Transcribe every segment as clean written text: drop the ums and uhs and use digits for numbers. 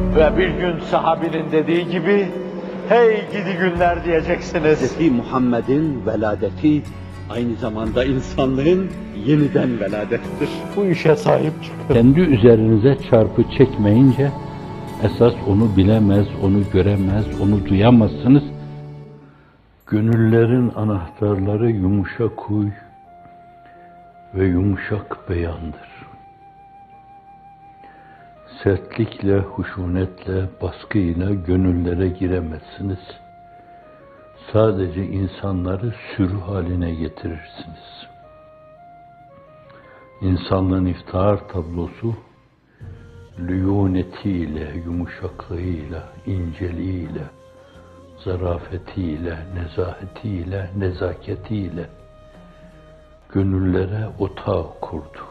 Ve bir gün sahabinin dediği gibi, hey gidi günler diyeceksiniz. Hz. Muhammed'in veladeti aynı zamanda insanlığın yeniden veladettir. Bu işe sahip çıkın. Kendi üzerinize çarpı çekmeyince, esas onu bilemez, onu göremez, onu duyamazsınız. Gönüllerin anahtarları yumuşak huy ve yumuşak beyandır. Sertlikle, huşunetle, baskıyla gönüllere giremezsiniz. Sadece insanları sürü haline getirirsiniz. İnsanlığın iftihar tablosu, lüyûnetiyle, yumuşaklığıyla, inceliğiyle, zarafetiyle, nezahetiyle, nezaketiyle gönüllere otağı kurdu.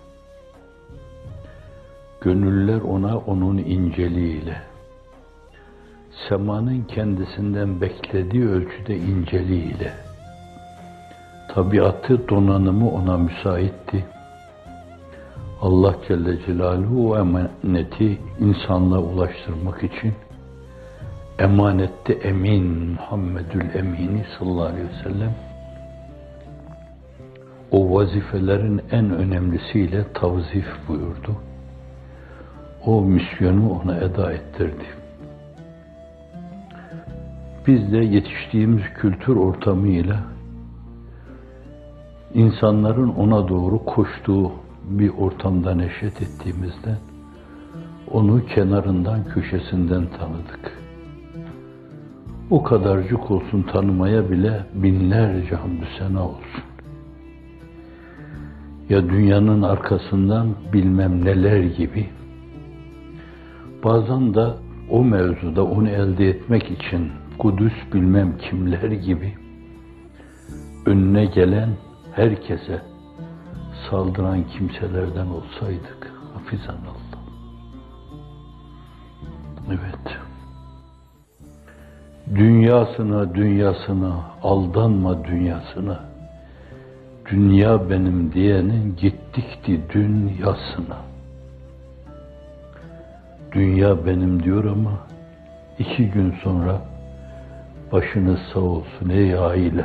Gönüller ona onun inceliğiyle, semanın kendisinden beklediği ölçüde inceliğiyle, tabiatı, donanımı ona müsaitti. Allah Celle Celaluhu o emaneti insanlığa ulaştırmak için emanette emin Muhammedül Emini sallallahu aleyhi ve sellem o vazifelerin en önemlisiyle tavzif buyurdu. O misyonu ona eda ettirdi. Biz de yetiştiğimiz kültür ortamıyla insanların ona doğru koştuğu bir ortamda neşet ettiğimizden onu kenarından, köşesinden tanıdık. O kadarcık olsun tanımaya bile binlerce hamdü sena olsun. Ya dünyanın arkasından bilmem neler gibi, bazen de o mevzuda onu elde etmek için Kudüs bilmem kimler gibi önüne gelen herkese saldıran kimselerden olsaydık, hafizanallah. Evet. Dünyasına, aldanma dünyasına. Dünya benim diyenin gittikti dünyasına. Dünya benim diyor ama 2 gün sonra başınız sağ olsun ey aile.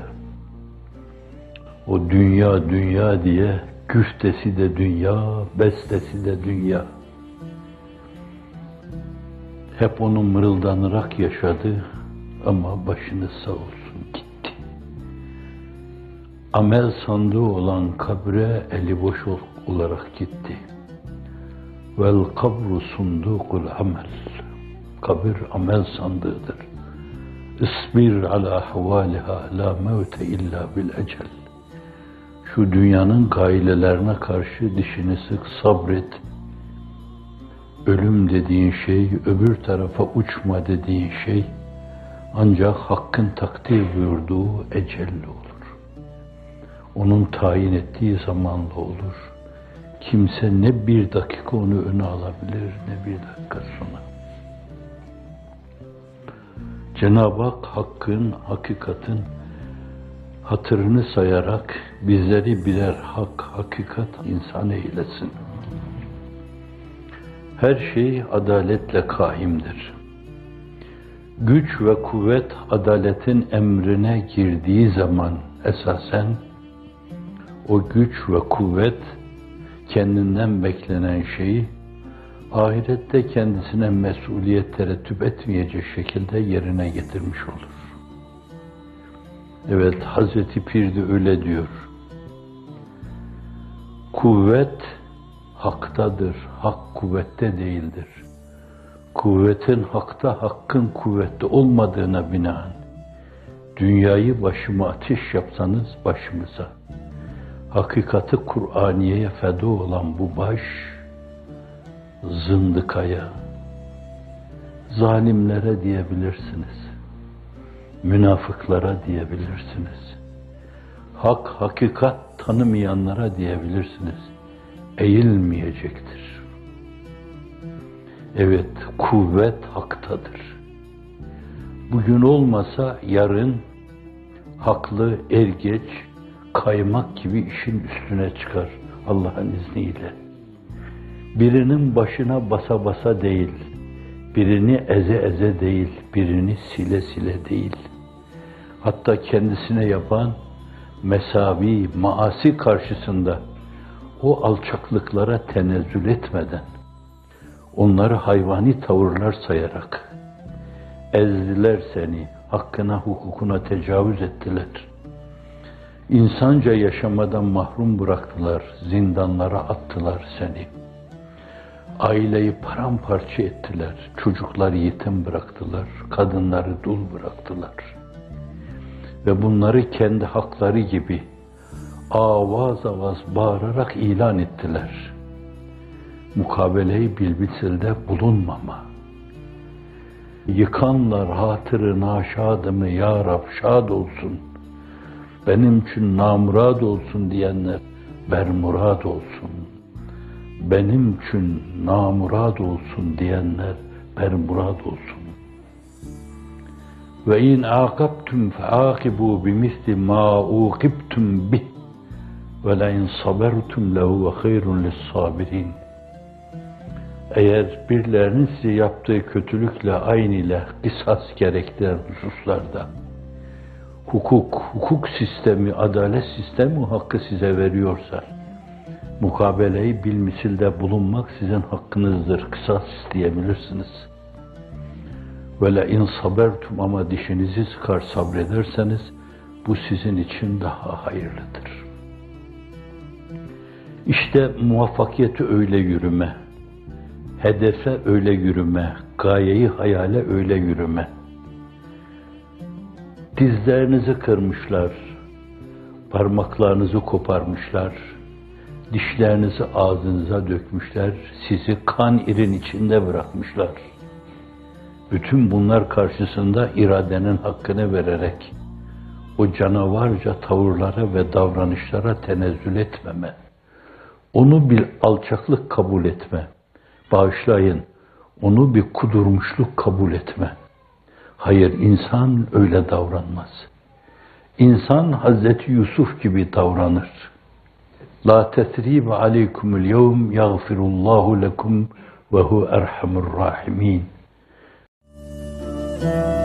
O dünya diye güftesi de dünya, bestesi de dünya. Hep onu mırıldanarak yaşadı ama başınız sağ olsun gitti. Amel sandığı olan kabre eli boş olarak gitti. Vel kabru sundukul amel. Kabir amel sandığıdır. İsbir ala ahvaliha la mevte illa bil ecel. Şu dünyanın gailelerine karşı dişini sık, sabret. Ölüm dediğin şey, öbür tarafa uçma dediğin şey ancak Hakk'ın takdir buyurduğu ecelle olur. Onun tayin ettiği zamanla olur. Kimse ne bir dakika onu öne alabilir, ne bir dakika sonra. Cenab-ı Hak Hakk'ın, hakikatin hatırını sayarak bizleri birer hak, hakikat insan eylesin. Her şey adaletle kaimdir. Güç ve kuvvet adaletin emrine girdiği zaman esasen o güç ve kuvvet kendinden beklenen şeyi ahirette kendisine mesuliyet terettüp etmeyecek şekilde yerine getirmiş olur. Evet, Hazreti Pir de öyle diyor. Kuvvet haktadır, hak kuvvette değildir. Kuvvetin hakta, hakkın kuvvette olmadığına binaen dünyayı başıma ateş yapsanız başımıza, hakikati Kur'aniye'ye feda olan bu baş, zındıkaya, zalimlere diyebilirsiniz, münafıklara diyebilirsiniz, hak, hakikat tanımayanlara diyebilirsiniz, eğilmeyecektir. Evet, kuvvet haktadır. Bugün olmasa yarın haklı, ergeç, kaymak gibi işin üstüne çıkar Allah'ın izniyle. Birinin başına basa basa değil, birini eze eze değil, birini sile sile değil. Hatta kendisine yapan mesavi, maasi karşısında o alçaklıklara tenezzül etmeden, onları hayvani tavırlar sayarak ezdiler seni, hakkına, hukukuna tecavüz ettiler. İnsanca yaşamadan mahrum bıraktılar, zindanlara attılar seni. Aileyi paramparça ettiler, çocuklar yetim bıraktılar, kadınları dul bıraktılar. Ve bunları kendi hakları gibi avaz avaz bağırarak ilan ettiler. Mukabele-i bilbilsilde bulunmama. Yıkanlar hatırı naşadımı ya Rab şad olsun. Benim için namurad olsun diyenler bermurad olsun. Benim için namurad olsun diyenler bermurad olsun. Ve in aqabtum faaqibu bimisli ma uqibtum bih ve la in sabertum lehu ve hayrun lis-sabirin. Eğer birilerinin size yaptığı kötülükle aynı ile kısas gerektiren hususlarda hukuk sistemi, adalet sistemi hakkı size veriyorsa, mukabeleyi bilmisilde bulunmak sizin hakkınızdır, kısas isteyebilirsiniz. Ve la in sabertum ama dişinizi sıkar sabrederseniz, bu sizin için daha hayırlıdır. İşte muvaffakiyeti öyle yürüme, hedefe öyle yürüme, gayeyi hayale öyle yürüme. Dizlerinizi kırmışlar, parmaklarınızı koparmışlar, dişlerinizi ağzınıza dökmüşler, sizi kan irin içinde bırakmışlar. Bütün bunlar karşısında iradenin hakkını vererek, o canavarca tavırlara ve davranışlara tenezzül etmeme, onu bir alçaklık kabul etme, bağışlayın, onu bir kudurmuşluk kabul etme. Hayır, insan öyle davranmaz. İnsan Hazreti Yusuf gibi davranır. La tesribe aleykumul yevm yagfirullahu lekum ve hu erhamur rahimin.